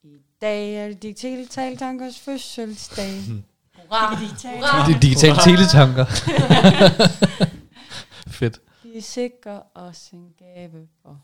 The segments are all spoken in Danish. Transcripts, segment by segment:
I dag er det digitale tankers fødselsdag. Hurra! Hurra! Det er digitale teletanker. Fedt. Vi sikrer os en gave for.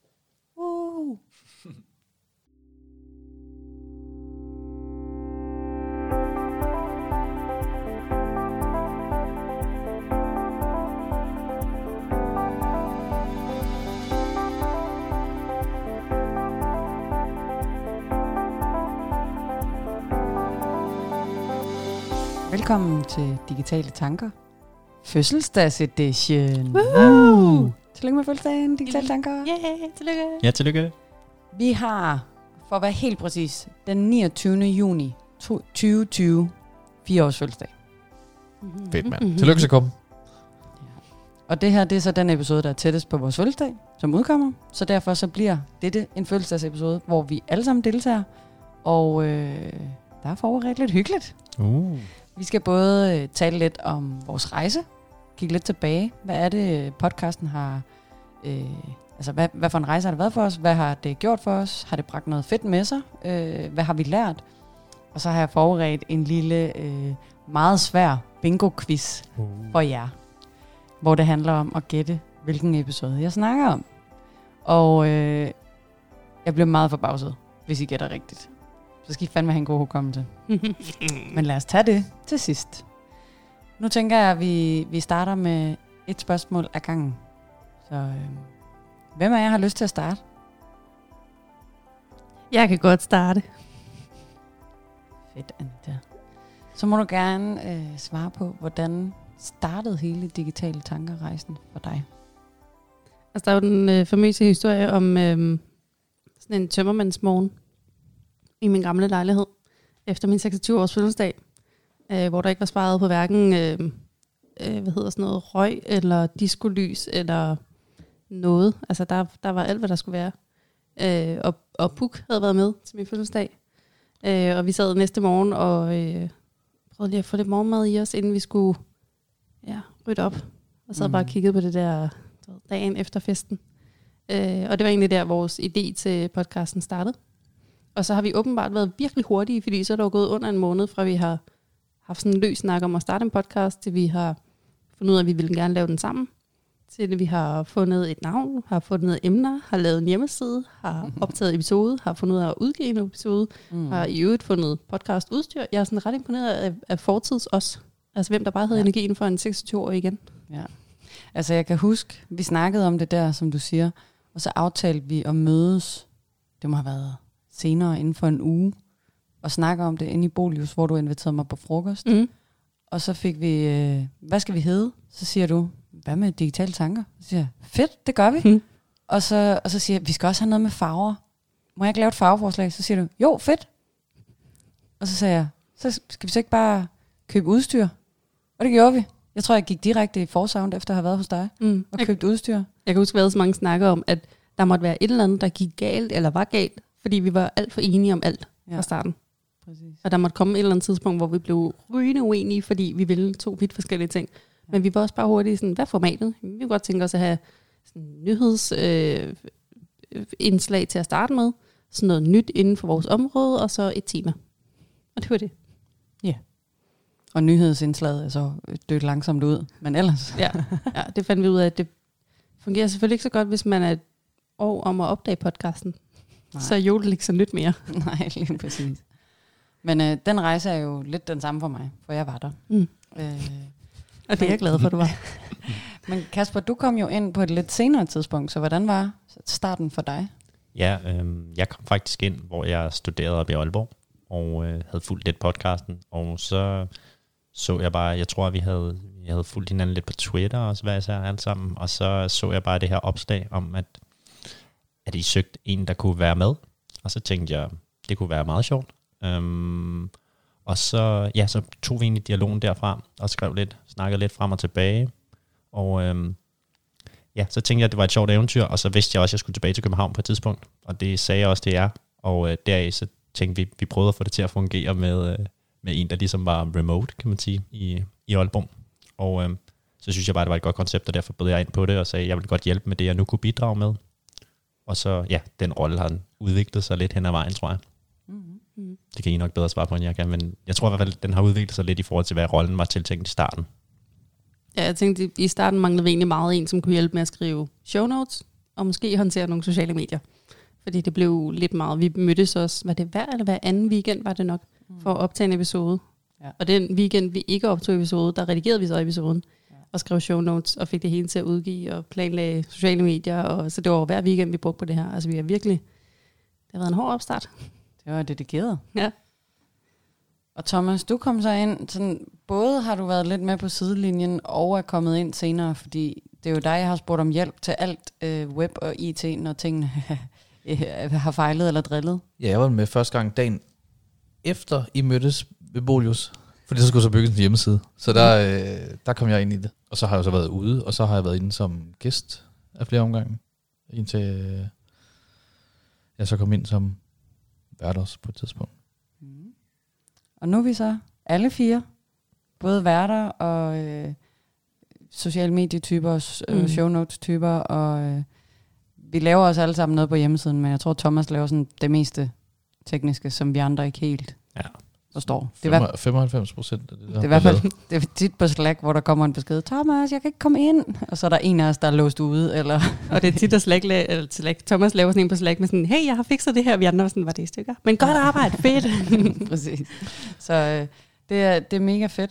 Velkommen til Digitale Tanker. Fødselsdagsedition. Tillykke med fødselsdagen, Digitale Tanker. Yeah, tillykke. Ja, tillykke. Vi har, for at være helt præcis, den 29. juni 2020, 4 års fødselsdag. Fedt, mand. Tillykke til komme. Og det her, det er så den episode, der er tættest på vores fødselsdag, som udkommer. Så derfor så bliver dette en fødselsdagsepisode, hvor vi alle sammen deltager. Og der er forberedt lidt hyggeligt. Vi skal både tale lidt om vores rejse, kigge lidt tilbage. Hvad er det, podcasten har... hvad for en rejse har det været for os? Hvad har det gjort for os? Har det bragt noget fedt med sig? Hvad har vi lært? Og så har jeg forberedt en lille, meget svær bingo-quiz for jer. Hvor det handler om at gætte, hvilken episode jeg snakker om. Og jeg bliver meget forbavset, hvis I gætter rigtigt. Så skal I fandme have en god hukommelse. Men lad os tage det til sidst. Nu tænker jeg, at vi starter med et spørgsmål ad gangen. Så hvem af jer har lyst til at starte? Jeg kan godt starte. Fedt, Anita. Så må du gerne svare på, hvordan startede hele Digitale Tanker-rejsen for dig? Altså, der er jo den famøse historie om sådan en tømmermandsmorgen i min gamle lejlighed, efter min 26-års fødselsdag, hvor der ikke var sparet på hverken røg eller diskolys eller noget. Altså der var alt, hvad der skulle være. Og Puk havde været med til min fødselsdag. Og vi sad næste morgen og prøvede lige at få lidt morgenmad i os, inden vi skulle rydde op. Og sad bare og kiggede på det der dagen efter festen. Og det var egentlig der, vores idé til podcasten startede. Og så har vi åbenbart været virkelig hurtige, fordi så er der jo gået under en måned, fra vi har haft sådan en løs snak om at starte en podcast, til vi har fundet ud af, at vi ville gerne lave den sammen, til vi har fundet et navn, har fundet emner, har lavet en hjemmeside, har optaget episode, har fundet ud af at udgive en episode, har i øvrigt fundet podcast udstyr. Jeg er sådan ret imponeret af fortids os. Altså hvem der bare havde energien for en 26-årig igen. Ja. Altså jeg kan huske, vi snakkede om det der, som du siger, og så aftalte vi at mødes. Det må have været senere inden for en uge, og snakke om det inde i Bolius, hvor du inviterede mig på frokost. Og så fik vi, hvad skal vi hedde? Så siger du, hvad med Digitale Tanker? Så siger jeg, fedt, det gør vi. Og så siger jeg, vi skal også have noget med farver. Må jeg ikke lave et farveforslag? Så siger du, jo, fedt. Og så sagde jeg, så skal vi så ikke bare købe udstyr? Og det gjorde vi. Jeg tror, jeg gik direkte i Forsound, efter at have været hos dig, og købt udstyr. Jeg kan huske, at vi havde så mange snakker om, at der måtte være et eller andet, der gik galt, eller var galt, fordi vi var alt for enige om alt fra starten. Præcis. Og der måtte komme et eller andet tidspunkt, hvor vi blev rygende uenige, fordi vi ville 2 vidt forskellige ting. Men vi var også bare hurtigt sådan, hvad er formatet? Vi kunne godt tænke os at have nyhedsindslag til at starte med. Sådan noget nyt inden for vores område, og så et tema. Og det var det. Ja. Og nyhedsindslaget er så dødt langsomt ud, men ellers. Ja, det fandt vi ud af, at det fungerer selvfølgelig ikke så godt, hvis man er et år om at opdage podcasten. Nej. Så er jodel ikke så nyt mere. Nej, lige præcis. Men den rejse er jo lidt den samme for mig, for jeg var der. Og det er jeg glad for, at du var. Men Kasper, du kom jo ind på et lidt senere tidspunkt, så hvordan var starten for dig? Ja, jeg kom faktisk ind, hvor jeg studerede op i Aalborg, og havde fulgt lidt podcasten, og så jeg bare, jeg tror, vi havde fulgt hinanden lidt på Twitter også, hvad jeg sagde, alt sammen, og så jeg bare det her opslag om, at I søgte en, der kunne være med, og så tænkte jeg, det kunne være meget sjovt. Og så tog vi egentlig dialogen derfra, og snakkede lidt frem og tilbage, og så tænkte jeg, at det var et sjovt eventyr, og så vidste jeg også, at jeg skulle tilbage til København på et tidspunkt, og det sagde jeg også, det er, og deraf så tænkte vi prøvede at få det til at fungere med en, der ligesom var remote, kan man sige, i Aalborg, og så synes jeg bare, det var et godt koncept, og derfor bød jeg ind på det, og sagde, at jeg ville godt hjælpe med det, jeg nu kunne bidrage med, og så, den rolle har udviklet sig lidt hen ad vejen, tror jeg. Det kan I nok bedre svare på, end jeg kan, men jeg tror i hvert fald, at den har udviklet sig lidt i forhold til, hvad rollen var tiltænkt i starten. Ja, jeg tænkte, i starten manglede vi egentlig meget en, som kunne hjælpe med at skrive show notes, og måske håndtere nogle sociale medier. Fordi det blev lidt meget. Vi mødtes også, var det hver anden weekend, var det nok, for at optage en episode. Ja. Og den weekend, vi ikke optog episode, der redigerede vi så episoden, og skrev show notes, og fik det hele til at udgive, og planlagde sociale medier, og så det var hver weekend, vi brugte på det her. Altså vi har virkelig, det har været en hård opstart. Det var dedikeret. Ja. Og Thomas, du kom så ind, sådan, både har du været lidt med på sidelinjen, og er kommet ind senere, fordi det er jo dig, jeg har spurgt om hjælp til alt web og IT, når tingene har fejlet eller drillet. Ja, jeg var med første gang dagen efter I mødtes ved Bolius, fordi så skulle så bygge en hjemmeside. Så der kom jeg ind i det. Og så har jeg så været ude, og så har jeg været inde som gæst af flere omgange, indtil jeg så kom ind som vært også på et tidspunkt. Og nu er vi så alle 4, både værter og sociale medietyper, show notes typer, og vi laver også alle sammen noget på hjemmesiden, men jeg tror Thomas laver sådan det meste tekniske, som vi andre ikke helt forstår. 95% af det der. Det er i hvert fald det er tit på Slack, hvor der kommer en besked, Thomas, jeg kan ikke komme ind, og så er der en af os, der er låst ude, eller og det er tit, at Slack, Thomas laver sådan en på Slack med sådan, hey, jeg har fikset det her, vi andre sådan, var det i stykker, men godt arbejde, fedt. Præcis. Så det er mega fedt.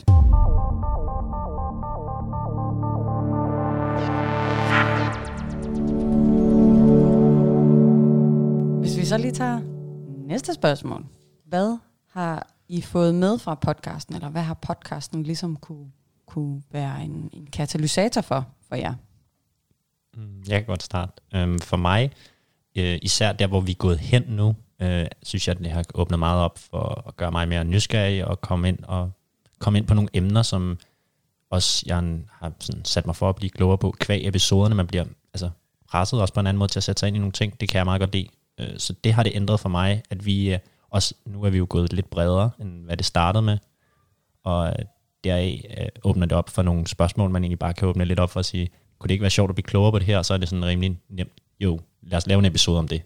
Hvis vi så lige tager næste spørgsmål. Hvad har I fået med fra podcasten, eller hvad har podcasten ligesom kunne være en katalysator for jer? Jeg kan godt starte. For mig, især der, hvor vi er gået hen nu, synes jeg, at det har åbnet meget op for at gøre mig mere nysgerrig og komme ind på nogle emner, som også jeg har sådan sat mig for at blive klogere på. Kvæg episoderne, man bliver presset også på en anden måde til at sætte sig ind i nogle ting. Det kan jeg meget godt lide. Så det har det ændret for mig, at vi også, nu er vi jo gået lidt bredere, end hvad det startede med. Og deraf åbner det op for nogle spørgsmål, man egentlig bare kan åbne lidt op for at sige, kunne det ikke være sjovt at blive klogere på det her? Så er det sådan rimelig nemt. Jo, lad os lave en episode om det.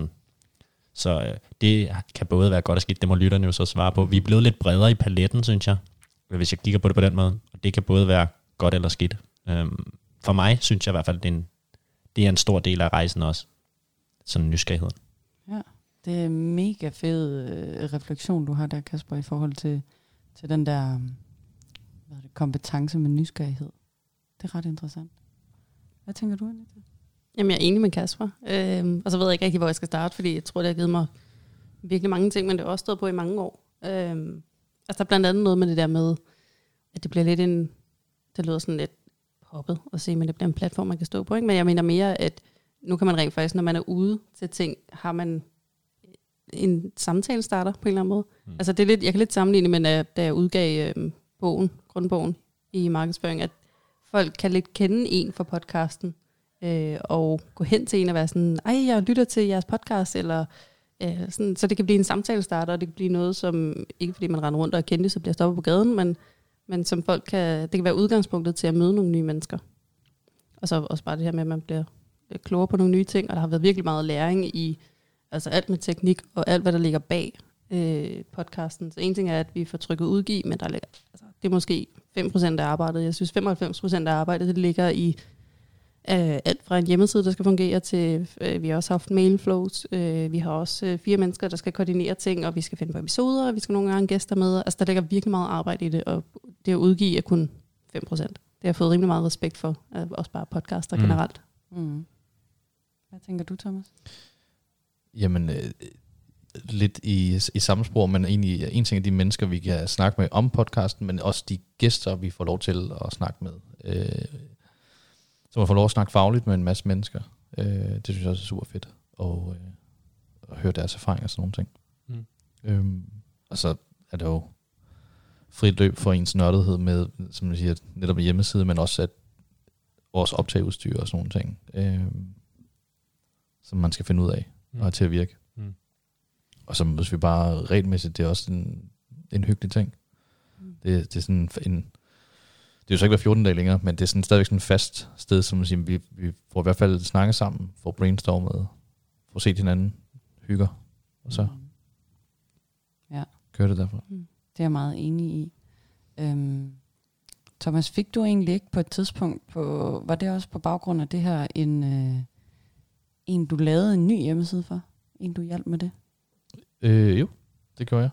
Så det kan både være godt og skidt, det må lytterne jo så svare på. Vi er blevet lidt bredere i paletten, synes jeg, hvis jeg kigger på det på den måde. Og det kan både være godt eller skidt. For mig synes jeg i hvert fald, det er en stor del af rejsen også. Sådan nysgerrighed. Ja, det er mega fed refleksion, du har der, Kasper, i forhold til den der kompetence med nysgerrighed. Det er ret interessant. Hvad tænker du, Anita? Jamen, jeg er enig med Kasper. Og så ved jeg ikke rigtig, hvor jeg skal starte, fordi jeg tror, det har givet mig virkelig mange ting, men det har også stået på i mange år. Der er blandt andet noget med det der med, at det bliver lidt det lyder sådan lidt hoppet at se, men det bliver en platform, man kan stå på, ikke? Men jeg mener mere, at nu kan man rent faktisk, når man er ude til ting, har man en samtale starter på en eller anden måde. Altså det er lidt, jeg kan lidt sammenligne med, da jeg udgav grundbogen i markedsføring, at folk kan lidt kende en for podcasten, og gå hen til en og være sådan, ej, jeg lytter til jeres podcast, eller sådan, så det kan blive en samtale starter, og det kan blive noget, som, ikke fordi man render rundt og er kendt, så bliver stoppet på gaden, men som folk det kan være udgangspunktet til at møde nogle nye mennesker. Og så også bare det her med, at man bliver klogere på nogle nye ting, og der har været virkelig meget læring i alt med teknik, og alt, hvad der ligger bag podcasten. Så en ting er, at vi får trykket udgive, men der ligger, det er måske 5% af arbejdet. Jeg synes, 95% af arbejdet, det ligger i alt fra en hjemmeside, der skal fungere, til vi har også haft mailflows. Vi har også 4 mennesker, der skal koordinere ting, og vi skal finde på episoder, og vi skal nogle gange gæster med. Altså, der ligger virkelig meget arbejde i det, og det at udgive er kun 5%. Det har jeg fået rimelig meget respekt for, også bare podcaster generelt. Mm. Hvad tænker du, Thomas? Jamen, lidt i samme spor, men egentlig en ting af de mennesker, vi kan snakke med om podcasten, men også de gæster, vi får lov til at snakke med. Så man får lov at snakke fagligt med en masse mennesker. Det synes jeg også er super fedt. Og at høre deres erfaringer og sådan nogle ting. Og så er det jo frit løb for ens nørdethed med, som jeg siger, netop med hjemmeside, men også at vores optageudstyr og sådan nogle ting, som man skal finde ud af og have til at virke. Og så mødes vi bare regelmæssigt. Det er også en hyggelig ting. Det er sådan det er jo så ikke hver 14 dage længere, men det er sådan stadigvæk sådan et fast sted, som man siger, vi får i hvert fald snakket sammen, får brainstormet, får set hinanden, hygger, og så. kører det derfra. Det er jeg meget enig i. Thomas, fik du egentlig ikke på et tidspunkt, var det også på baggrund af det her, en du lavede en ny hjemmeside for? En du hjalp med det? Jo, det gjorde jeg.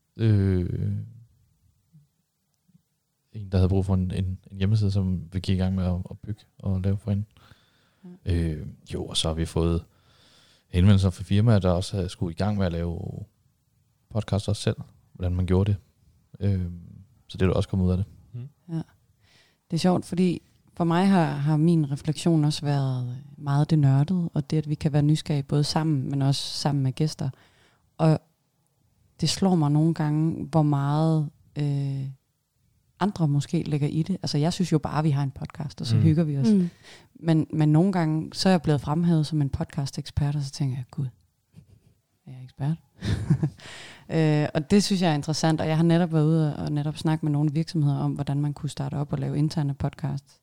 En, der havde brug for en hjemmeside, som vi gik i gang med at bygge og lave for hende. Ja. Jo, og så har vi fået henvendelser fra firmaer, der også skulle i gang med at lave podcast også selv, hvordan man gjorde det. Så det er der også kommet ud af det. Ja. Det er sjovt, fordi for mig har min refleksion også været meget det nørdede, og det, at vi kan være nysgerrige både sammen, men også sammen med gæster. Og det slår mig nogle gange, hvor meget andre måske lægger i det. Altså jeg synes jo bare, at vi har en podcast, og så hygger vi os. Men nogle gange, så er jeg blevet fremhævet som en podcast-ekspert, og så tænker jeg, gud, er jeg ekspert? Og det synes jeg er interessant, og jeg har netop været ude og netop snakket med nogle virksomheder om, hvordan man kunne starte op og lave interne podcasts.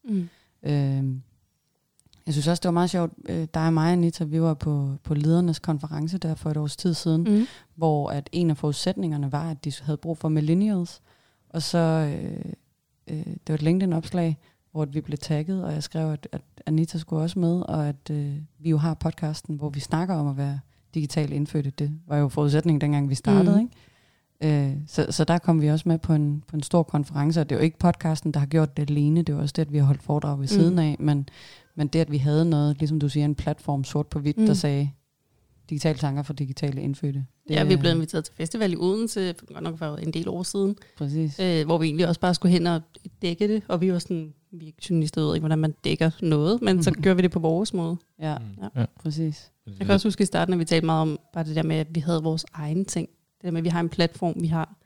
Jeg synes også, det var meget sjovt. Dig og mig, Anita, vi var på ledernes konference der for et års tid siden, hvor at en af forudsætningerne var, at de havde brug for millennials. Og så, det var et LinkedIn-opslag, hvor vi blev tagget, og jeg skrev, at Anita skulle også med, og at vi jo har podcasten, hvor vi snakker om at være digitalt indfødte. Det var jo forudsætningen, dengang vi startede, ikke? Så der kom vi også med på en stor konference, og det er jo ikke podcasten, der har gjort det alene, det er også det, at vi har holdt foredrag ved siden af, men det, at vi havde noget, ligesom du siger, en platform sort på hvidt, der sagde digitale tanker for digitale indfødte. Ja, vi er blevet inviteret til festival i Odense, godt nok for en del år siden. Præcis. Hvor vi egentlig også bare skulle hen og dække det, og vi var sådan, vi er ikke journalister, ved ikke, hvordan man dækker noget, men så gør vi det på vores måde. Ja, præcis. Jeg kan også huske i starten, at vi talte meget om bare det der med, at vi havde vores egne ting. Det der med, at vi har en platform, vi har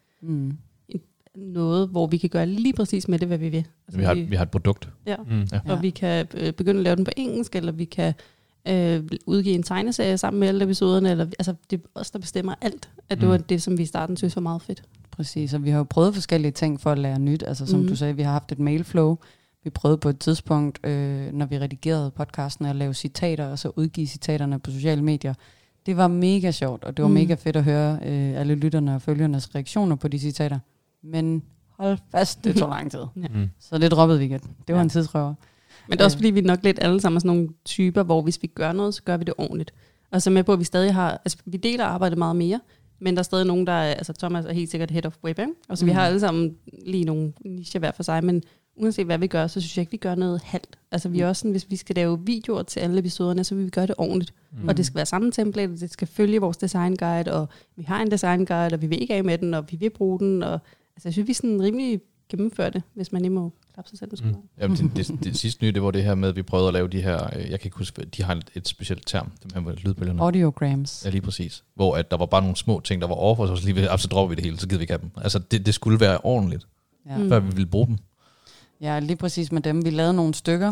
noget, hvor vi kan gøre lige præcis med det, hvad vi vil. Altså, vi har et produkt. Ja, og vi kan begynde at lave den på engelsk, eller vi kan udgive en tegneserie sammen med alle episoderne, eller altså det er os, der bestemmer alt. At det var det, som vi i starten synes var meget fedt. Præcis, og vi har jo prøvet forskellige ting for at lære nyt. Altså som du sagde, vi har haft et mailflow. Vi prøvede på et tidspunkt, når vi redigerede podcasten, at lave citater, og så udgive citaterne på sociale medier. Det var mega sjovt, og det var mega fedt at høre alle lytterne og følgernes reaktioner på de citater. Men hold fast, det tog lang tid. Så det droppede vi igen. Det var en tidsrøver. Men det er også fordi, vi nok lidt alle sammen er sådan nogle typer, hvor hvis vi gør noget, så gør vi det ordentligt. Og så med på, at vi stadig har, altså vi deler arbejdet meget mere, men der er stadig nogen, der er, altså Thomas er helt sikkert head of web, ikke? Og så vi har alle sammen lige nogle nicher hver for sig, men uanset hvad vi gør, så synes jeg ikke, vi gør noget halvt. Altså vi er også sådan, hvis vi skal lave videoer til alle episoderne, så vil vi gøre det ordentligt. Og det skal være samme template, det skal følge vores design guide, og vi har en design guide, og vi vil ikke af med den, og vi vil bruge den, og altså jeg synes, vi sådan rimelig gennemføre det, hvis man lige må klappe sig selv på skulderen. Jamen, det sidste nye, det var det her med, at vi prøvede at lave de her, jeg kan ikke huske, de har et specielt term, dem her med lydbølgerne. Audiograms. Ja, lige præcis. Hvor at der var bare nogle små ting, der var over for os, så dropper vi det hele, så gider vi ikke have dem. Altså, det skulle være ordentligt, før vi ville bruge dem. Ja, lige præcis med dem. Vi lavede nogle stykker,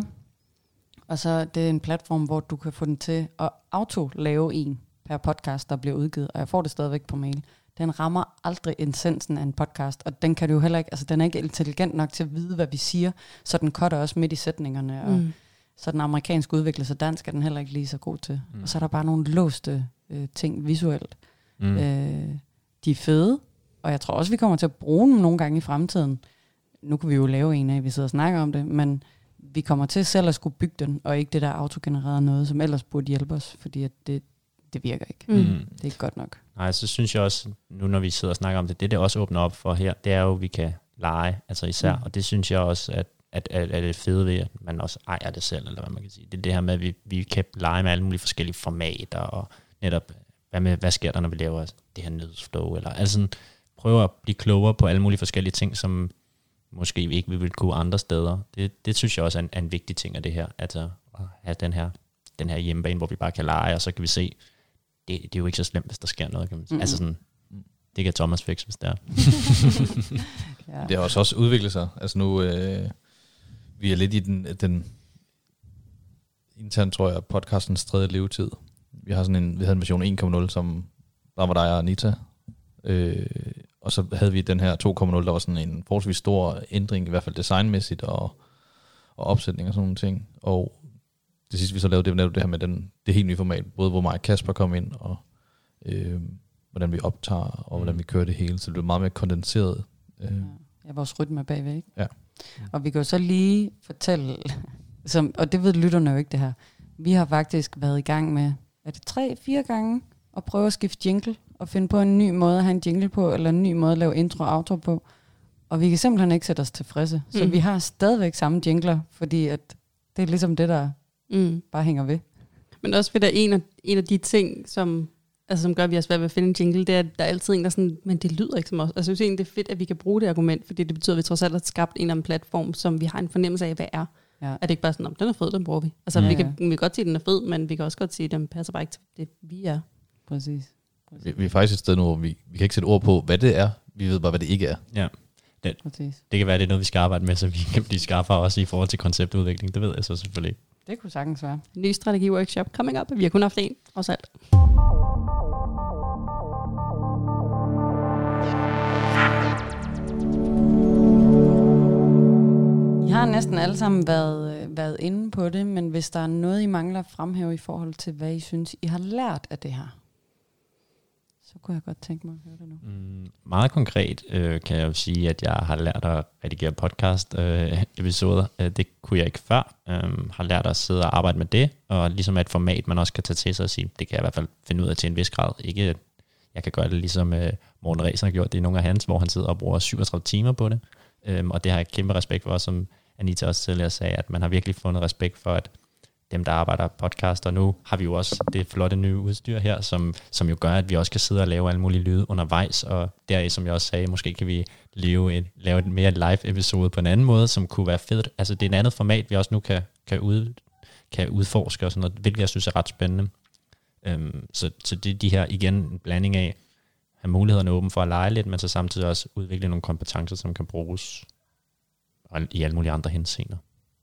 og så det er en platform, hvor du kan få den til at auto-lave en per podcast, der bliver udgivet, og jeg får det stadigvæk på mail. Den rammer aldrig essensen af en podcast, og den kan du jo heller ikke, altså den er ikke intelligent nok til at vide, hvad vi siger, så den cutter også midt i sætningerne, og så den amerikanske udvikler sig dansk, er den heller ikke lige så god til. Og så er der bare nogle låste ting visuelt. De er fede, og jeg tror også, vi kommer til at bruge dem nogle gange i fremtiden. Nu kan vi jo lave en af, vi sidder og snakker om det, men vi kommer til selv at skulle bygge den, og ikke det der autogenererede noget, som ellers burde hjælpe os, fordi at det virker ikke. Det er ikke godt nok. Nej, så synes jeg også, nu når vi sidder og snakker om det også åbner op for her, det er jo, at vi kan lege, altså især, og det synes jeg også, at det fede ved, at man også ejer det selv, eller hvad man kan sige. Det er det her med, at vi kan lege med alle mulige forskellige formater, og netop, hvad sker der, når vi laver det her nyhedsflow, eller altså prøve at blive klogere på alle mulige forskellige ting, som måske ikke vi vil kunne andre steder. Det synes jeg også er en vigtig ting af det her, altså at have den her hjemmebane, hvor vi bare kan lege, og så kan vi se, det er jo ikke så slemt, hvis der sker noget, kan man sige. Altså sådan, det kan Thomas fikse, hvis det er. Det har også udviklet sig. Altså nu, vi er lidt i den internt, tror jeg, podcastens tredje levetid. Vi havde en version 1.0, som der var dig og Anita. Og så havde vi den her 2.0, der var sådan en forholdsvis stor ændring, i hvert fald designmæssigt og opsætning og sådan nogle ting. Og det sidste vi så lavede, det var netop det her med det helt nye format, både hvor mig og Kasper kom ind, og hvordan vi optager, og hvordan vi kører det hele. Så det bliver meget mere kondenseret. Ja, vores rytme bagved, ikke? Ja. Og vi kan jo så lige fortælle, og det ved lytterne jo ikke det her, vi har faktisk været i gang med, er det 3-4 gange, at prøve at skifte jingle, og finde på en ny måde at have en jingle på, eller en ny måde at lave intro og outro på. Og vi kan simpelthen ikke sætte os tilfredse. Så vi har stadigvæk samme jingler, fordi at det er ligesom det, der bare hænger ved. Men også fordi der en af de ting, som gør, at vi har svært ved at finde en jingle, det er, at der er altid en, der sådan, men det lyder ikke som os. Altså jeg synes egentlig, det er fedt, at vi kan bruge det argument, fordi det betyder, at vi trods alt har skabt en eller anden platform, som vi har en fornemmelse af, hvad er. Ja. Er det ikke bare sådan, den er fed, den bruger vi. Altså vi kan godt sige, at den er fed, men vi kan også godt sige, at den passer bare ikke til det, vi er. Præcis. Vi er faktisk et sted nu, hvor vi kan ikke sætte ord på, hvad det er. Vi ved bare, hvad det ikke er. Ja. Det kan være, det er noget, vi skal arbejde med, så vi kan blive skarpere også i forhold til konceptudvikling. Det ved jeg så selvfølgelig ikke. Det kunne sagtens være. Ny strategi-workshop coming up. Vi har kun haft en, trods alt. I har næsten alle sammen været inde på det, men hvis der er noget, I mangler at fremhæve i forhold til, hvad I synes, I har lært af det her, så kunne jeg godt tænke mig at høre det nu. Meget konkret kan jeg jo sige, at jeg har lært at redigere podcast-episoder. Det kunne jeg ikke før. Har lært at sidde og arbejde med det, og ligesom et format, man også kan tage til sig og sige, det kan jeg i hvert fald finde ud af til en vis grad. Ikke, jeg kan gøre det ligesom Morten Ræs har gjort det i nogle af hans, hvor han sidder og bruger 37 timer på det. Og det har jeg kæmpe respekt for, som Anita også tidligere sagde, at man har virkelig fundet respekt for, at dem, der arbejder podcast, og nu har vi jo også det flotte nye udstyr her, som jo gør, at vi også kan sidde og lave alle mulige lyde undervejs, og der, som jeg også sagde, måske kan vi lave et mere live-episode på en anden måde, som kunne være fedt. Altså det er et andet format, vi også nu kan udforske og sådan noget, hvilket jeg synes er ret spændende. Så det er de her, igen, en blanding af, have mulighederne åbne for at lege lidt, men så samtidig også udvikle nogle kompetencer, som kan bruges i alle mulige andre henseender.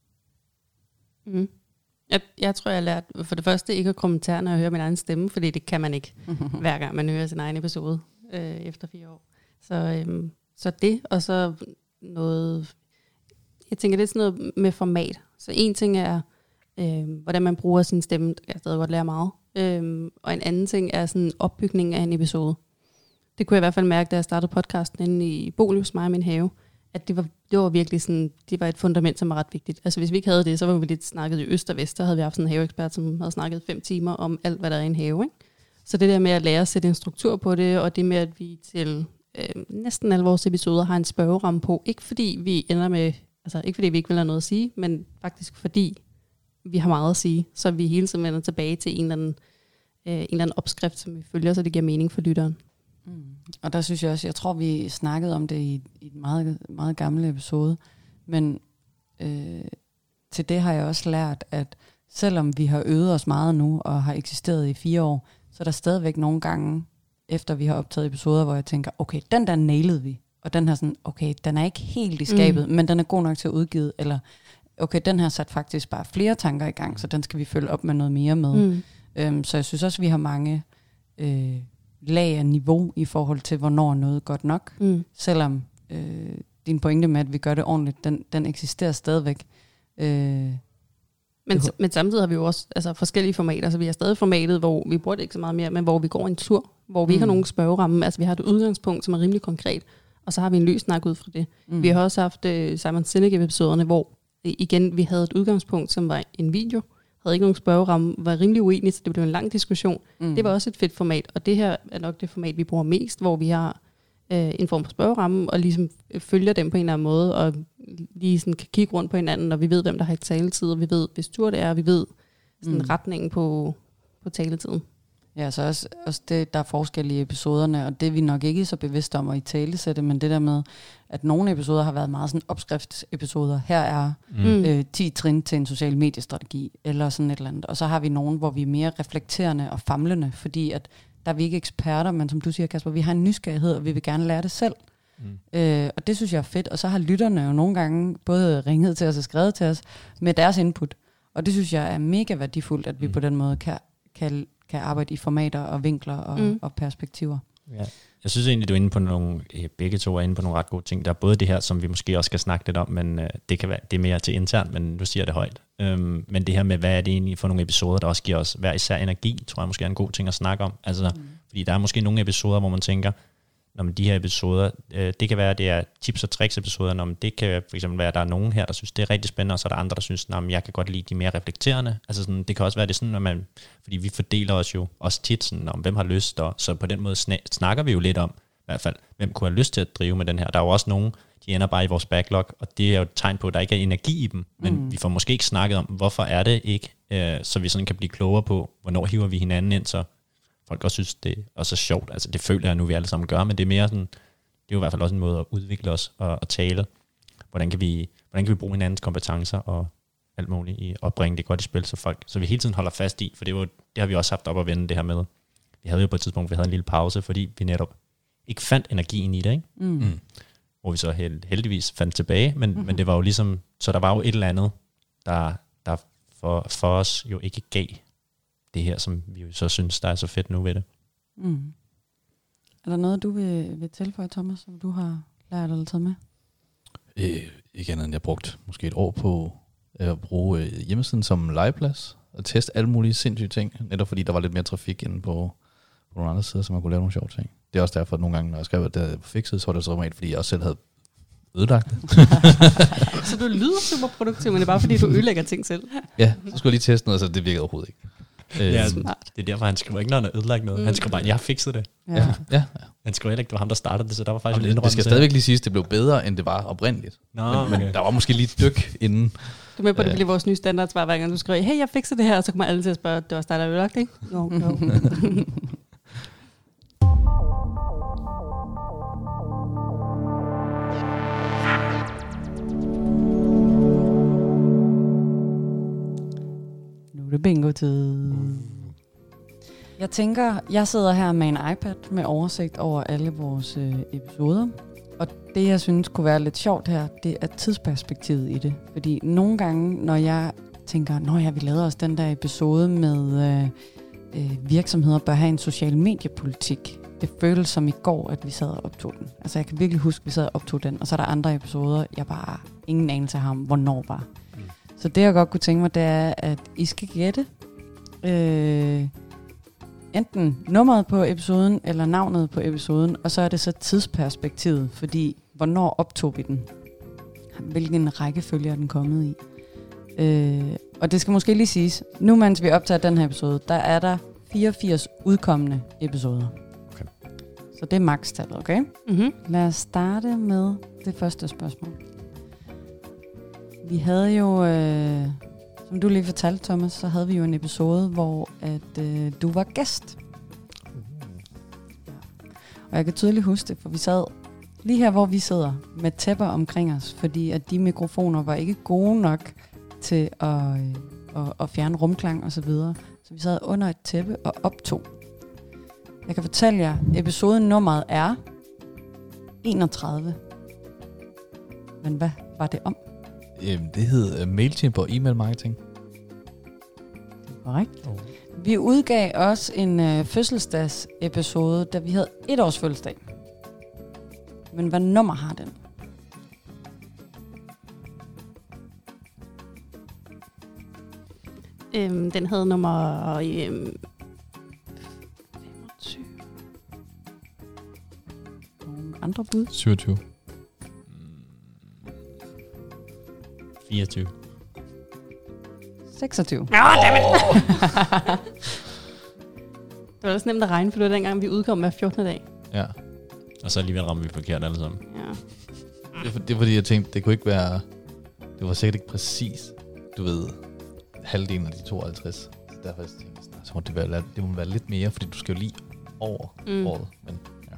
Jeg tror, jeg har lært for det første ikke at kommentere, når jeg hører min egen stemme, fordi det kan man ikke, hver gang man hører sin egen episode efter 4 år. Så det, og så noget, jeg tænker, det er sådan noget med format. Så en ting er, hvordan man bruger sin stemme, det kan jeg stadig godt lære meget. Og en anden ting er sådan opbygning af en episode. Det kunne jeg i hvert fald mærke, da jeg startede podcasten inde i Bolius, mig og min have, at det var virkelig sådan, det var et fundament, som var ret vigtigt. Altså hvis vi ikke havde det, så var vi lidt snakket i øst og vest, så havde vi haft sådan en haveekspert, som havde snakket 5 timer om alt, hvad der er i en have. Ikke? Så det der med at lære at sætte en struktur på det, og det med, at vi til næsten alle vores episoder har en spørgeramme på, ikke fordi vi ender med, altså ikke fordi vi ikke vil have noget at sige, men faktisk fordi vi har meget at sige, så vi hele tiden vender tilbage til en eller anden opskrift, som vi følger, så det giver mening for lytteren. Og der synes jeg også, jeg tror vi snakkede om det i et meget, meget gammel episode, men til det har jeg også lært, at selvom vi har øvet os meget nu, og har eksisteret i 4 år, så er der stadigvæk nogle gange, efter vi har optaget episoder, hvor jeg tænker, okay, den der nailede vi, og den her sådan, okay, den er ikke helt i skabet, men den er god nok til at udgive, eller okay, den her sat faktisk bare flere tanker i gang, så den skal vi følge op med noget mere med. Så jeg synes også, vi har mange lag af niveau i forhold til, hvornår noget er godt nok. Selvom din pointe med, at vi gør det ordentligt, den eksisterer stadigvæk. Men samtidig har vi jo også forskellige formater. Altså vi har stadig formatet, hvor vi bruger det ikke så meget mere, men hvor vi går en tur, hvor vi ikke har nogen spørgeramme. Altså vi har et udgangspunkt, som er rimelig konkret, og så har vi en løs snak ud fra det. Vi har også haft Simon Sinek-episoderne, hvor igen vi havde et udgangspunkt, som var en video, havde ikke nogen spørgeramme, var rimelig uenige, så det blev en lang diskussion. Det var også et fedt format, og det her er nok det format, vi bruger mest, hvor vi har en form for spørgeramme, og ligesom følger dem på en eller anden måde, og lige sådan kan kigge rundt på hinanden, og vi ved, hvem der har et taletid, og vi ved, hvis tur det er, og vi ved sådan retningen på taletiden. Ja, så også det, der er forskel i episoderne, og det er vi nok ikke så bevidste om at italesætte, men det der med, at nogle episoder har været meget sådan opskriftsepisoder. Her er 10 trin til en social mediestrategi, eller sådan et eller andet. Og så har vi nogle, hvor vi er mere reflekterende og famlende, fordi at der er vi ikke eksperter, men som du siger, Kasper, vi har en nysgerrighed, og vi vil gerne lære det selv. Og det synes jeg er fedt. Og så har lytterne jo nogle gange både ringet til os og skrevet til os med deres input. Og det synes jeg er mega værdifuldt, at vi på den måde kan arbejde i formater og vinkler og perspektiver. Ja. Jeg synes egentlig, du er inde på begge to er inde på nogle ret gode ting. Der er både det her, som vi måske også skal snakke lidt om, men det er mere til internt, men du siger det højt. Men det her med, hvad er det egentlig for nogle episoder, der også giver os hver især energi, tror jeg måske er en god ting at snakke om. Altså, Fordi der er måske nogle episoder, hvor man tænker, når de her episoder, det kan være, at det er tips og tricks episoder, når det kan for eksempel være, at der er nogen her, der synes, det er rigtig spændende, og så er der andre, der synes, at jeg kan godt lide de mere reflekterende. Altså sådan, det kan også være, det sådan, at man, fordi vi fordeler os jo også tit sådan, om hvem har lyst, og så på den måde snakker vi jo lidt om, i hvert fald, hvem kunne have lyst til at drive med den her. Der er jo også nogen, de ender bare i vores backlog, og det er jo et tegn på, at der ikke er energi i dem, men vi får måske ikke snakket om, hvorfor er det ikke, så vi sådan kan blive klogere på, hvornår hiver vi hinanden ind, så folk også synes, det er også sjovt. Altså det føler jeg nu, vi alle sammen gør, men det er mere sådan, det er jo i hvert fald også en måde at udvikle os og tale. Hvordan kan vi bruge hinandens kompetencer og alt muligt i at bringe det godt i spil, så vi hele tiden holder fast i, for det har vi også haft op at vende det her med. Vi havde jo på et tidspunkt, vi havde en lille pause, fordi vi netop ikke fandt energien i det, ikke? Hvor vi så heldigvis fandt tilbage, men det var jo ligesom, så der var jo et eller andet, der for os jo ikke gav det her, som vi jo så synes, der er så fedt nu ved det. Er der noget, du vil tilføje, Thomas, som du har lært eller taget med? Ikke andet end jeg brugt måske et år på at bruge hjemmesiden som legeplads og teste alle mulige sindssyge ting, netop fordi der var lidt mere trafik inde på nogle andre sider, så man kunne lave nogle sjove ting. Det er også derfor, at nogle gange, når jeg skrev, at det var fikset, så var det så normalt, fordi jeg også selv havde ødelagt det. Så du lyder super produktiv, men det er bare fordi, du ødelægger ting selv. Ja, så skulle jeg lige teste noget, så det virkede overhovedet ikke. Ja, det er derfor, han skriver ikke, når han har ødelagt noget. Han skriver bare, jeg har fikset det. Ja. Han skriver heller ikke, det var ham, der startede det, så der var faktisk en indrømmelse. Det skal stadigvæk lige siges, det blev bedre, end det var oprindeligt. Men der var måske lige et dyk inden. Du er med på, at det bliver vores nye standardsvar, hver gang du skriver, hey, jeg fikser det her, og så kommer alle til at spørge, det var også dig, der ødelagt, ikke? Jo. Nu er det bingo-tid. Jeg tænker, jeg sidder her med en iPad med oversigt over alle vores episoder. Og det, jeg synes kunne være lidt sjovt her, det er tidsperspektivet i det. Fordi nogle gange, når jeg tænker, vi lavede også den der episode med virksomheder bør have en social mediepolitik. Det føles som i går, at vi sad og optog den. Altså jeg kan virkelig huske, at vi sad og optog den. Og så er der andre episoder, jeg bare ingen anelse har om, hvornår var. Så det, jeg godt kunne tænke mig, det er, at I skal gætte enten nummeret på episoden, eller navnet på episoden, og så er det så tidsperspektivet, fordi hvornår optog vi den? Hvilken rækkefølge er den kommet i? Og det skal måske lige siges, nu mens vi optager den her episode, der er der 84 udkommende episoder. Okay. Så det er makstallet, okay? Mm-hmm. Lad os starte med det første spørgsmål. Vi havde jo, som du lige fortalte, Thomas, så havde vi jo en episode, hvor at du var gæst. Ja. Og jeg kan tydeligt huske det, for vi sad lige her, hvor vi sidder, med tæpper omkring os, fordi at de mikrofoner var ikke gode nok til at fjerne rumklang og så videre. Så vi sad under et tæppe og optog. Jeg kan fortælle jer, episodenummeret er 31. Men hvad var det om? Det hed MailChimp og e-mail marketing. Korrekt. Vi udgav også en fødselsdagsepisode, da vi havde 1 års fødselsdag. Men hvad nummer har den? Den havde nummer 25. Nogle andre bud? 27. 24. 26. Det var også nemt at regne, for det var dengang, vi udkom hver 14. dag. Ja. Og så alligevel rammer vi forkert alle sammen. Ja. Det er fordi, jeg tænkte, det kunne ikke være... Det var sikkert ikke præcis, du ved, halvdelen af de 52. Så derfor tænkte jeg, så må det må være lidt mere, fordi du skal jo lige over året. Men, ja.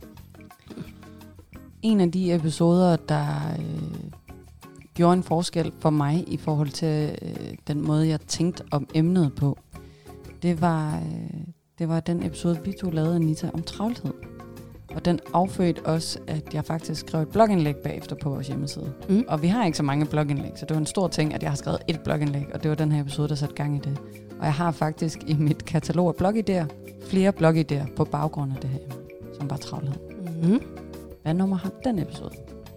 En af de episoder, der gjorde en forskel for mig i forhold til den måde, jeg tænkte om emnet på, det var den episode, vi to lavede, Anita, om travlhed. Og den affødte også, at jeg faktisk skrev et blogindlæg bagefter på vores hjemmeside. Og vi har ikke så mange blogindlæg, så det var en stor ting, at jeg har skrevet et blogindlæg, og det var den her episode, der satte gang i det. Og jeg har faktisk i mit katalog af blogidéer flere blogidéer på baggrund af det her emne, som var travlhed. Hvad nummer har den episode?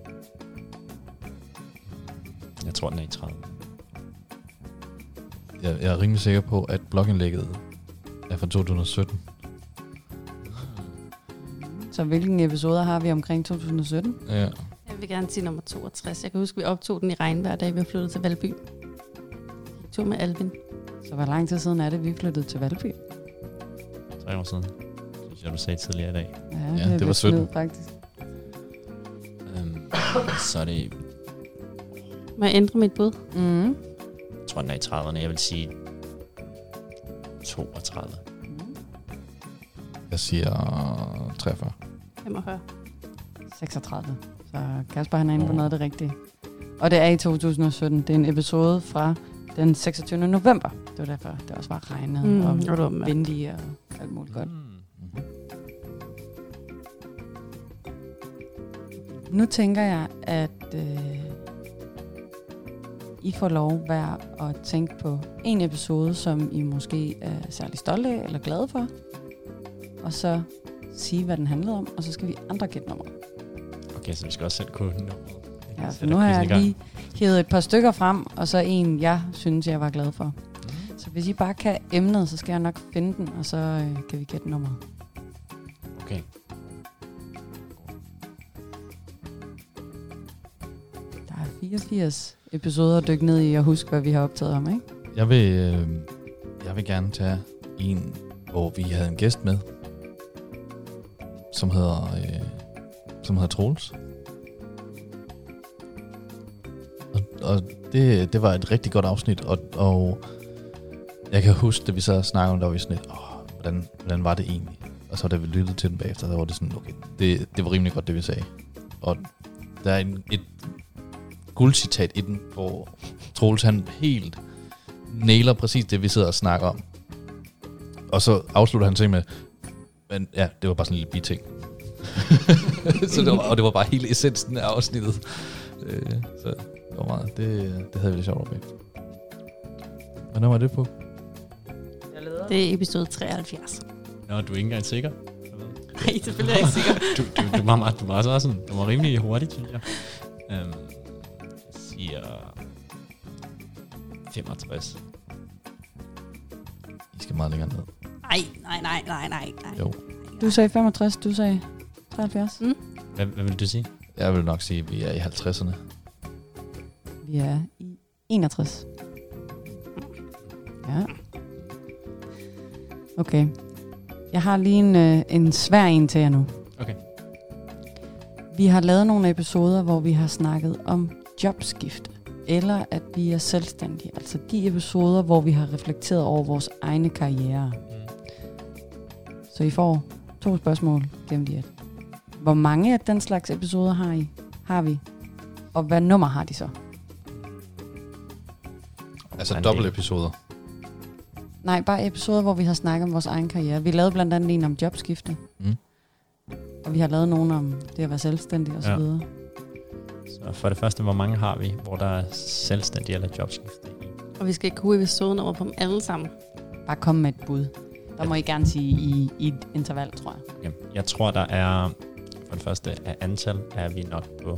Jeg tror, den er i 30. Jeg er rimelig sikker på, at blogindlægget er fra 2017. Så hvilken episoder har vi omkring 2017? Ja. Jeg vil gerne sige nummer 62. Jeg kan huske, vi optog den i regnvejr, da vi flyttede til Valby. Vi tog med Alvin. Så hvor lang tid siden er det, vi flyttede til Valby? 3 år siden. Synes jeg, du sagde tidligere i dag. Ja, det var 17. faktisk. Så er det... Må jeg ændre mit bud? Mm. Jeg tror, den er i 30'erne. Jeg vil sige 32. Jeg siger 43. 45. 36. Så Kasper han er inde på noget af det rigtige. Og det er i 2017. Det er en episode fra den 26. november. Det var derfor, det også var regnet og det var mørkt. vindig og alt muligt godt. Nu tænker jeg, at I får lov hver at tænke på en episode, som I måske er særlig stolte af eller glade for. Og så sige, hvad den handlede om, og så skal vi andre gætte nummeret. Okay, så vi skal også selv kunne nummeret. Ja, for nu har jeg lige hævet et par stykker frem, og så en, jeg synes, jeg var glad for. Så hvis I bare kan emnet, så skal jeg nok finde den, og så kan vi gætte nummeret. Okay. Der er 84 episoder at dykke ned i, og huske, hvad vi har optaget om, ikke? Jeg vil gerne tage en, hvor vi havde en gæst med, som hedder Troels. Og det var et rigtig godt afsnit, og jeg kan huske, da vi så snakkede om, der var vi sådan lidt, hvordan var det egentlig? Og så da vi lyttede til den bagefter, der var det sådan, okay, det var rimelig godt, det vi sagde. Og der er et guldcitat i den, hvor Troels han helt nailer præcis det, vi sidder og snakker om. Og så afslutter han sig med, men ja, det var bare sådan en lille biting. Så det var bare hele essensen af afsnittet. Så det var meget, det havde vi lidt sjovt med. Hvad nummer er det på? Det er episode 73. Nå, du er ikke engang sikker? Nej, selvfølgelig er jeg ikke sikker. Du var så sådan, du var rimelig hurtigt, synes jeg. Jeg siger 65. I skal meget længere ned. Nej. Jo. Du sagde 65, du sagde 73. Hvad vil du sige? Jeg vil nok sige, at vi er i 50'erne. Vi er i 61. Ja. Okay. Jeg har lige en svær en til jer nu. Okay. Vi har lavet nogle episoder, hvor vi har snakket om jobskifte, eller at vi er selvstændige. Altså de episoder, hvor vi har reflekteret over vores egne karriere. Så I får 2 spørgsmål gennem de 1. Hvor mange af den slags episoder har vi? Og hvad nummer har de så? Altså dobbeltepisoder. Nej, bare episoder, hvor vi har snakket om vores egen karriere. Vi lavede blandt andet en om jobskifte. Og vi har lavet nogle om det at være selvstændig og så videre. Så for det første, hvor mange har vi, hvor der er selvstændig eller jobskifte i? Og vi skal ikke kunne episoden over på dem alle sammen. Bare kom med et bud. Der må I gerne sige i et interval, tror jeg. Okay. Jeg tror, der er, for det første, af antal er vi nok på...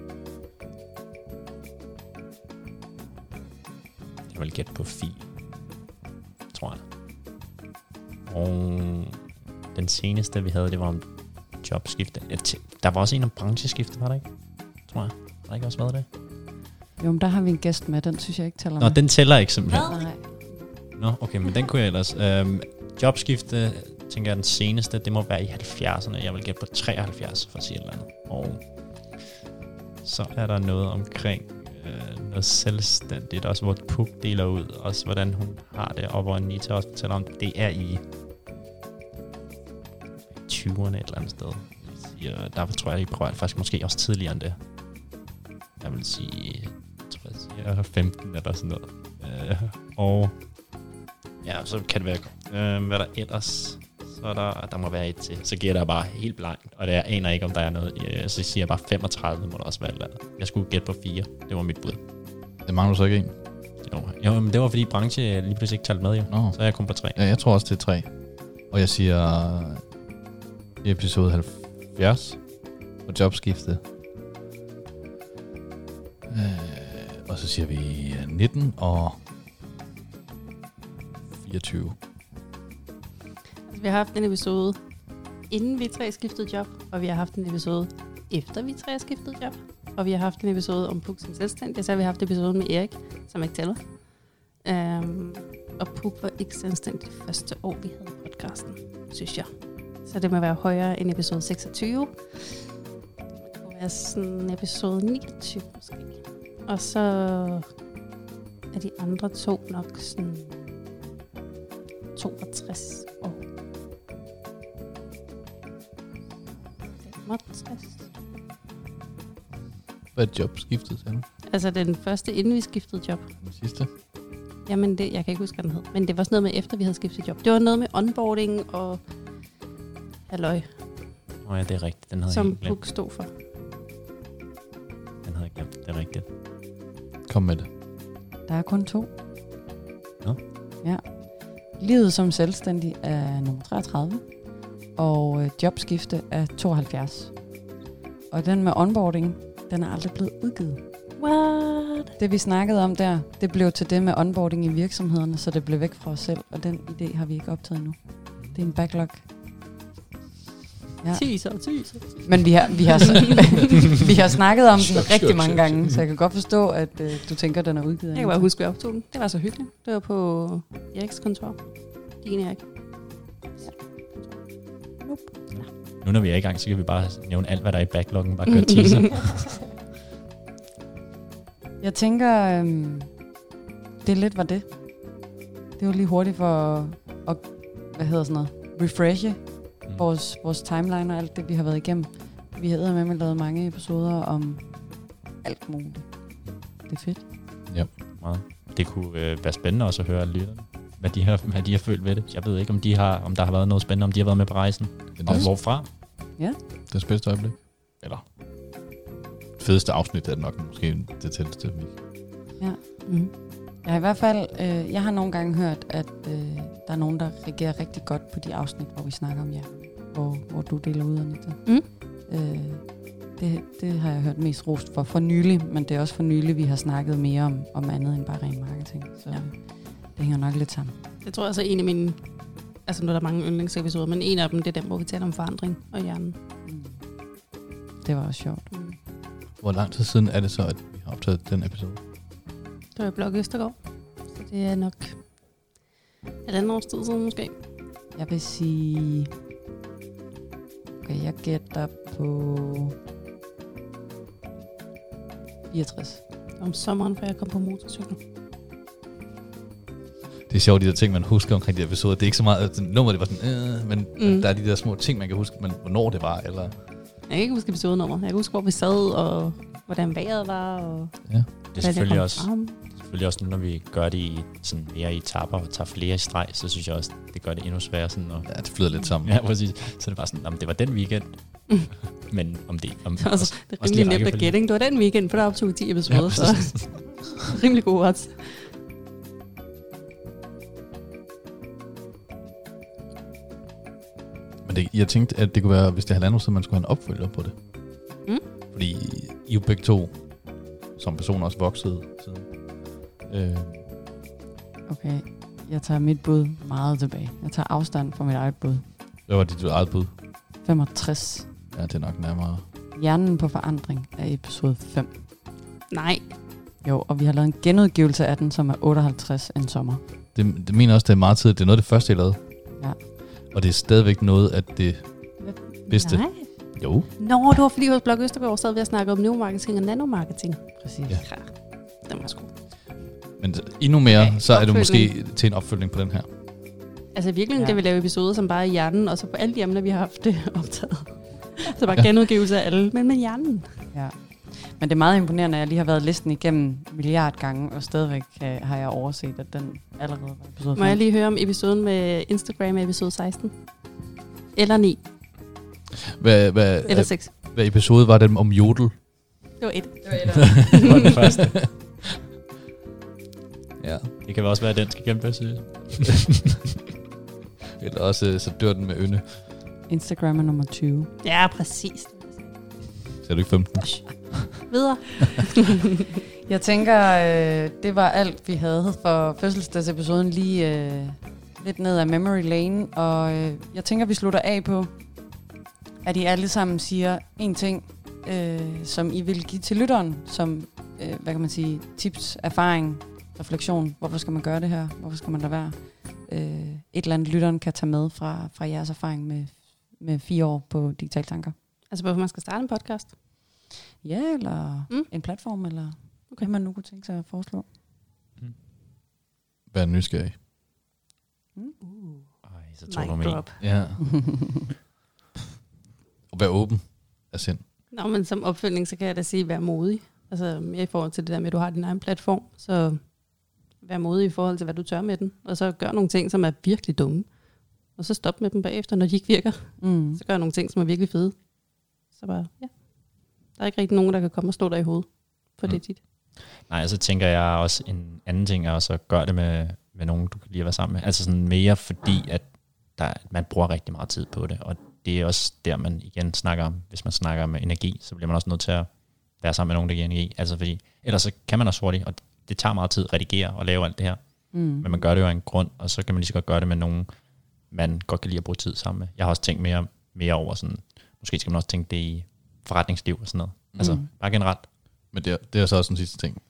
Jeg vil gætte på 4, tror jeg. Og den seneste, vi havde, det var om jobskifte. Der var også en om brancheskifte, var der ikke? Tror jeg. Har der ikke også været det? Jo, men der har vi en gæst med. Den synes jeg ikke tæller Nå, med. den tæller ikke simpelthen. Nej. Nå, okay, men den kunne jeg ellers. Jobskifte, tænker jeg, den seneste, det må være i 70'erne. Jeg vil gætte på 73, for at sige et eller andet. Og så er der noget omkring noget selvstændigt, også hvor Puk deler ud, også hvordan hun har det, og hvor Anita også fortæller om det er i 20'erne et eller andet sted. Derfor tror jeg, at I prøver faktisk måske også tidligere end det. Jeg vil sige, jeg er 15 eller sådan noget. Og ja, så kan det være, hvad der ellers, så er der må være et til. Så giver der bare helt blankt, og jeg aner ikke, om der er noget. Så siger jeg bare 35, må der også være. Jeg skulle gætte på 4, det var mit bud. Det mangler så ikke en. Jo, men det var fordi branche lige pludselig ikke talte med, jo. Så er jeg kun på 3. Ja, jeg tror også, det er 3. Og jeg siger episode 70 og jobskifte. Og så siger vi 19 og 24. Altså, vi har haft en episode inden vi tre skiftede job, og vi har haft en episode efter vi tre har skiftet job, og vi har haft en episode om Puk som selvstændig, så har vi haft episoden med Erik, som ikke tæller. Og Puk var ikke selvstændig det første år, vi havde podcasten, synes jeg. Så det må være højere end episode 26. Det må være sådan episode 29 måske. Og så er de andre to nok sådan 62 år. 65. Hvad er jobskiftet, sagde du? Altså den første, inden vi skiftede job. Den sidste? Jamen, jeg kan ikke huske, hvad den hed. Men det var sådan noget med, efter vi havde skiftet job. Det var noget med onboarding og halløj, Ja, det er rigtigt. Den havde jeg som ikke glemt. Puk stod for. Den havde jeg glemt. Det er rigtigt. Kom med det. Der er kun 2. Nå. Ja. Livet som selvstændig er nummer 33, og jobskifte er 72. Og den med onboarding, den er aldrig blevet udgivet. What? Det vi snakkede om der, det blev til det med onboarding i virksomhederne, så det blev væk fra os selv, og den idé har vi ikke optaget endnu. Det er en backlog. Ja. Teaser. Men vi har snakket om den rigtig mange gange, så jeg kan godt forstå, at du tænker, at den er udgivet. Jeg kan bare huske, at vi optog den. Det var så hyggeligt. Det var på Eriks kontor. Din Erik. Nu når vi er i gang, så kan vi bare nævne alt, hvad der er i backloggen. Bare køre teaser. Jeg tænker, det lidt var det. Det var lige hurtigt for at refreshe vores timeline og alt det, vi har været igennem. Vi har eddermame lavet mange episoder om alt muligt. Det er fedt. Ja, meget. Det kunne være spændende også at høre lytterne, hvad de har følt ved det. Jeg ved ikke, om der har været noget spændende, om de har været med på rejsen. Og hvorfra? Ja. Det bedste øjeblik. Eller fedeste afsnit er nok måske det tætteste. Ja. Mm. Jeg har i hvert fald, jeg har nogle gange hørt, at der er nogen, der reagerer rigtig godt på de afsnit, hvor vi snakker om jer. Hvor du deler ud, Anita. Mm. Det har jeg hørt mest rost for nylig, men det er også for nylig, vi har snakket mere om andet end bare ren marketing. Så det hænger nok lidt sammen. Det tror jeg så er en af mine, altså nu er der mange yndlingsepisoder, men en af dem, det er den, hvor vi taler om forandring og hjernen. Mm. Det var også sjovt. Mm. Hvor lang tid siden er det så, at vi har optaget den episode? Det var i Blog Østergaard, så det er nok et andet års tid siden måske. Jeg vil sige... Okay, jeg gætter på 64. Om sommeren, før jeg kom på motorcykel. Det er sjovt, de der ting, man husker omkring de episoder. Det er ikke så meget, at nummeret det var sådan, men der er de der små ting, man kan huske, men hvornår det var, eller... Jeg kan ikke huske episodenummer. Jeg kan huske, hvor vi sad, og hvordan vejret var, og ja. Det er selvfølgelig også nu, når vi gør det i sådan mere i etaper og tager flere i streg, så synes jeg også, det gør det endnu sværere sådan at... Ja, det flyder lidt sammen. Ja, præcis. Så det var sådan, det var den weekend. Men om det... det er rimelig nemt at gætte, ikke? Det var den weekend, for der optog 10 episoder, så rimelig god odds. Men jeg tænkte, at det kunne være, hvis det er 1,5 år siden, man skulle have en opfølger på det. Mm. Fordi I jo begge to, som personer, også voksede siden. Okay, jeg tager mit bud meget tilbage. Jeg tager afstand fra mit eget bud. Hvad var dit eget bud? 65. Ja, det er nok nærmere. Hjernen på forandring er episode 5. Nej. Jo, og vi har lavet en genudgivelse af den, som er 58 en sommer. Det mener også, det er meget tid. Det er noget af det første, jeg lavede. Ja. Og det er stadigvæk noget af det bedste. Nej. Jo. Nå, det var fordi hos Blog Østergaard sad vi at snakke om neuromarketing og nanomarketing. Præcis. Ja. Den var sgu. Men endnu mere, så er det måske til en opfølgning på den her. Altså virkelig kan vi lave episoder, som bare er hjernen, og så på alle de emner, vi har haft det optaget. Så bare genudgivelse af alle, men med hjernen. Ja. Men det er meget imponerende, at jeg lige har været listen igennem milliard gange, og stadigvæk har jeg overset, at den allerede var episode 5. Må jeg lige høre om episoden med Instagram er episode 16? Eller 9? Eller 6? Hvad episode var den om jodel? Det var 1. Det var den første. Ja. Det kan også være, at den skal gennemføres. Eller også, så dør den med ynde. Instagram er nummer 20. Ja, præcis. Så er du ikke 15? Videre. Jeg tænker, det var alt, vi havde for fødselsdagsepisoden. Lige lidt ned ad memory lane. Og jeg tænker, vi slutter af på at I alle sammen siger en ting, som I vil give til lytteren, som, hvad kan man sige, tips, erfaring, refleksion. Hvorfor skal man gøre det her? Hvorfor skal man lade være? Et eller andet lytteren kan tage med fra jeres erfaring med 4 år på Digital Tanker. Altså, hvorfor man skal starte en podcast? Ja, eller en platform, eller hvad man nu kunne tænke sig at foreslå. Vær nysgerrig. Så tror du mig. Ja. Og vær åben af sind. Nå, men som opfølgning, så kan jeg da sige, vær modig. Altså mere i forhold til det der med, at du har din egen platform. Så vær modig i forhold til, hvad du tør med den. Og så gør nogle ting, som er virkelig dumme. Og så stop med dem bagefter, når de ikke virker. Så gør nogle ting, som er virkelig fede. Så bare, ja. Der er ikke rigtig nogen, der kan komme og stå der i hovedet. For det er dit. Nej, så tænker jeg også, en anden ting er også at gøre det med nogen, du kan lide at være sammen med. Altså sådan mere fordi, at man bruger rigtig meget tid på det. Og det er også der, man igen snakker om, hvis man snakker om energi, så bliver man også nødt til at være sammen med nogen, der giver energi. Altså fordi, ellers så kan man også hurtigt, og det tager meget tid at redigere og lave alt det her. Men man gør det jo af en grund, og så kan man lige så godt gøre det med nogen, man godt kan lide at bruge tid sammen med. Jeg har også tænkt mere over sådan, måske skal man også tænke det i forretningsliv og sådan noget. Altså bare generelt. Men det er så også den sidste ting.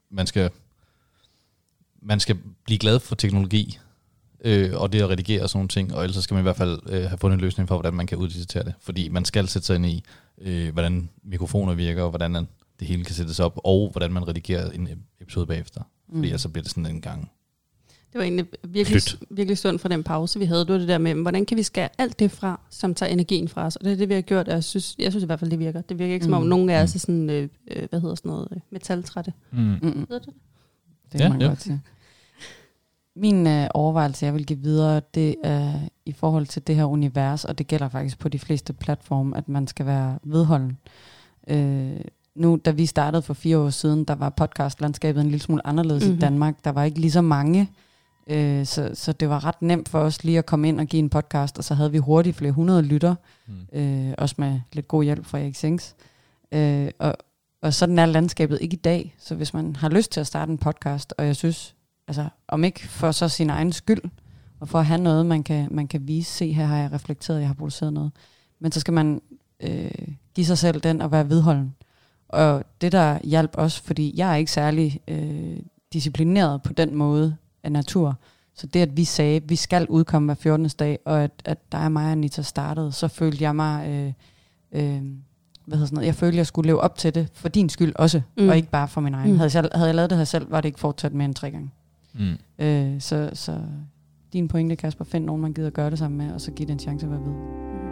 Man skal blive glad for teknologi, og det at redigere og sådan nogle ting, og ellers skal man i hvert fald have fundet en løsning for, hvordan man kan udlicitere det. Fordi man skal sætte sig ind i, hvordan mikrofoner virker, og hvordan det hele kan sættes op, og hvordan man redigerer en episode bagefter. Fordi ellers så bliver det sådan en gang. Det var egentlig virkelig sundt for den pause, vi havde. Det var det der med, hvordan kan vi skære alt det fra, som tager energien fra os? Og det er det, vi har gjort, og jeg synes i hvert fald, det virker. Det virker ikke som om nogen af os er sådan, metaltrætte. Hedder det? Det kan man godt sige. Min overvejelse, jeg vil give videre, det er i forhold til det her univers, og det gælder faktisk på de fleste platforme, at man skal være vedholden. Nu, da vi startede for 4 år siden, der var podcastlandskabet en lille smule anderledes i Danmark. Der var ikke lige så mange, så det var ret nemt for os lige at komme ind og give en podcast, og så havde vi hurtigt flere 100 lytter, også med lidt god hjælp fra Erik Sings. Og sådan er landskabet ikke i dag, så hvis man har lyst til at starte en podcast, og jeg synes, altså om ikke for så sin egen skyld, og for at have noget, man kan vise, se her har jeg reflekteret, jeg har produceret noget, men så skal man give sig selv den og være vedholden. Og det der hjalp også, fordi jeg er ikke særlig disciplineret på den måde af natur, så det at vi sagde, at vi skal udkomme hver 14. dag, og at der er mig og Anita startede, så følte jeg mig, jeg følte, jeg skulle leve op til det, for din skyld også, og ikke bare for min egen. Havde jeg lavet det her selv, var det ikke fortsat mere end 3 gange. Så din pointe, Kasper, find nogen, man gider gøre det sammen med, og så give det en chance at være ved.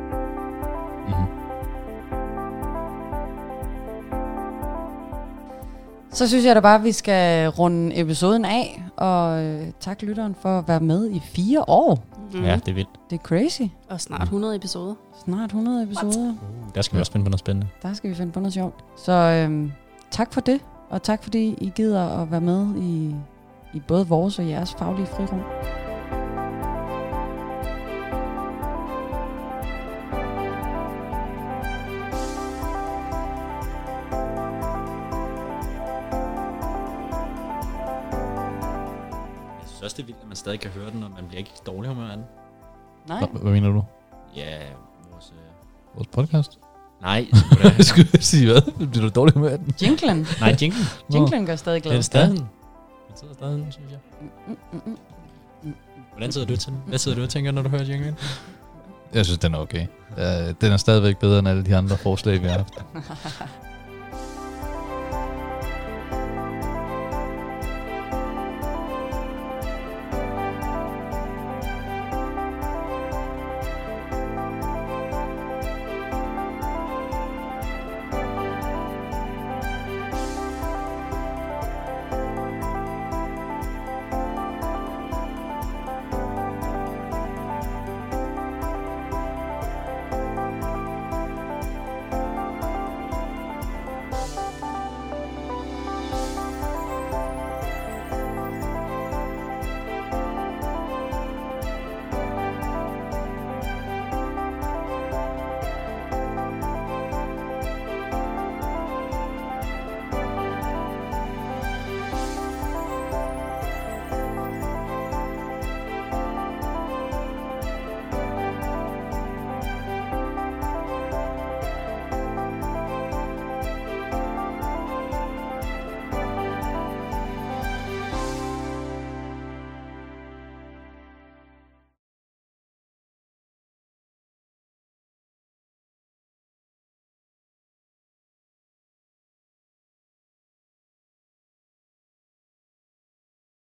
Så synes jeg da bare, at vi skal runde episoden af, og tak lytteren for at være med i 4 år. Ja, det er vildt. Det er crazy. Og snart 100 episoder. Snart 100 episoder. Der skal vi også finde på noget spændende. Der skal vi finde på noget sjovt. Så tak for det, og tak fordi I gider at være med i både vores og jeres faglige frirum. Jeg synes også, det er vildt, at man stadig kan høre den, og man bliver ikke dårlig humør af den. Nej. Hvad mener du? Ja, Vores podcast? Nej. Skulle jeg sige hvad? Bliver du dårlig humør af den? Jinglen. Nej, jinglen. Jinglen gør stadig glad. Det er stadig den. Den sidder stadig den, synes jeg. Hvordan sidder du til den? Hvad sidder du og tænker, når du hører jinglen? Jeg synes, den er okay. Den er stadigvæk bedre end alle de andre forslag, vi har haft.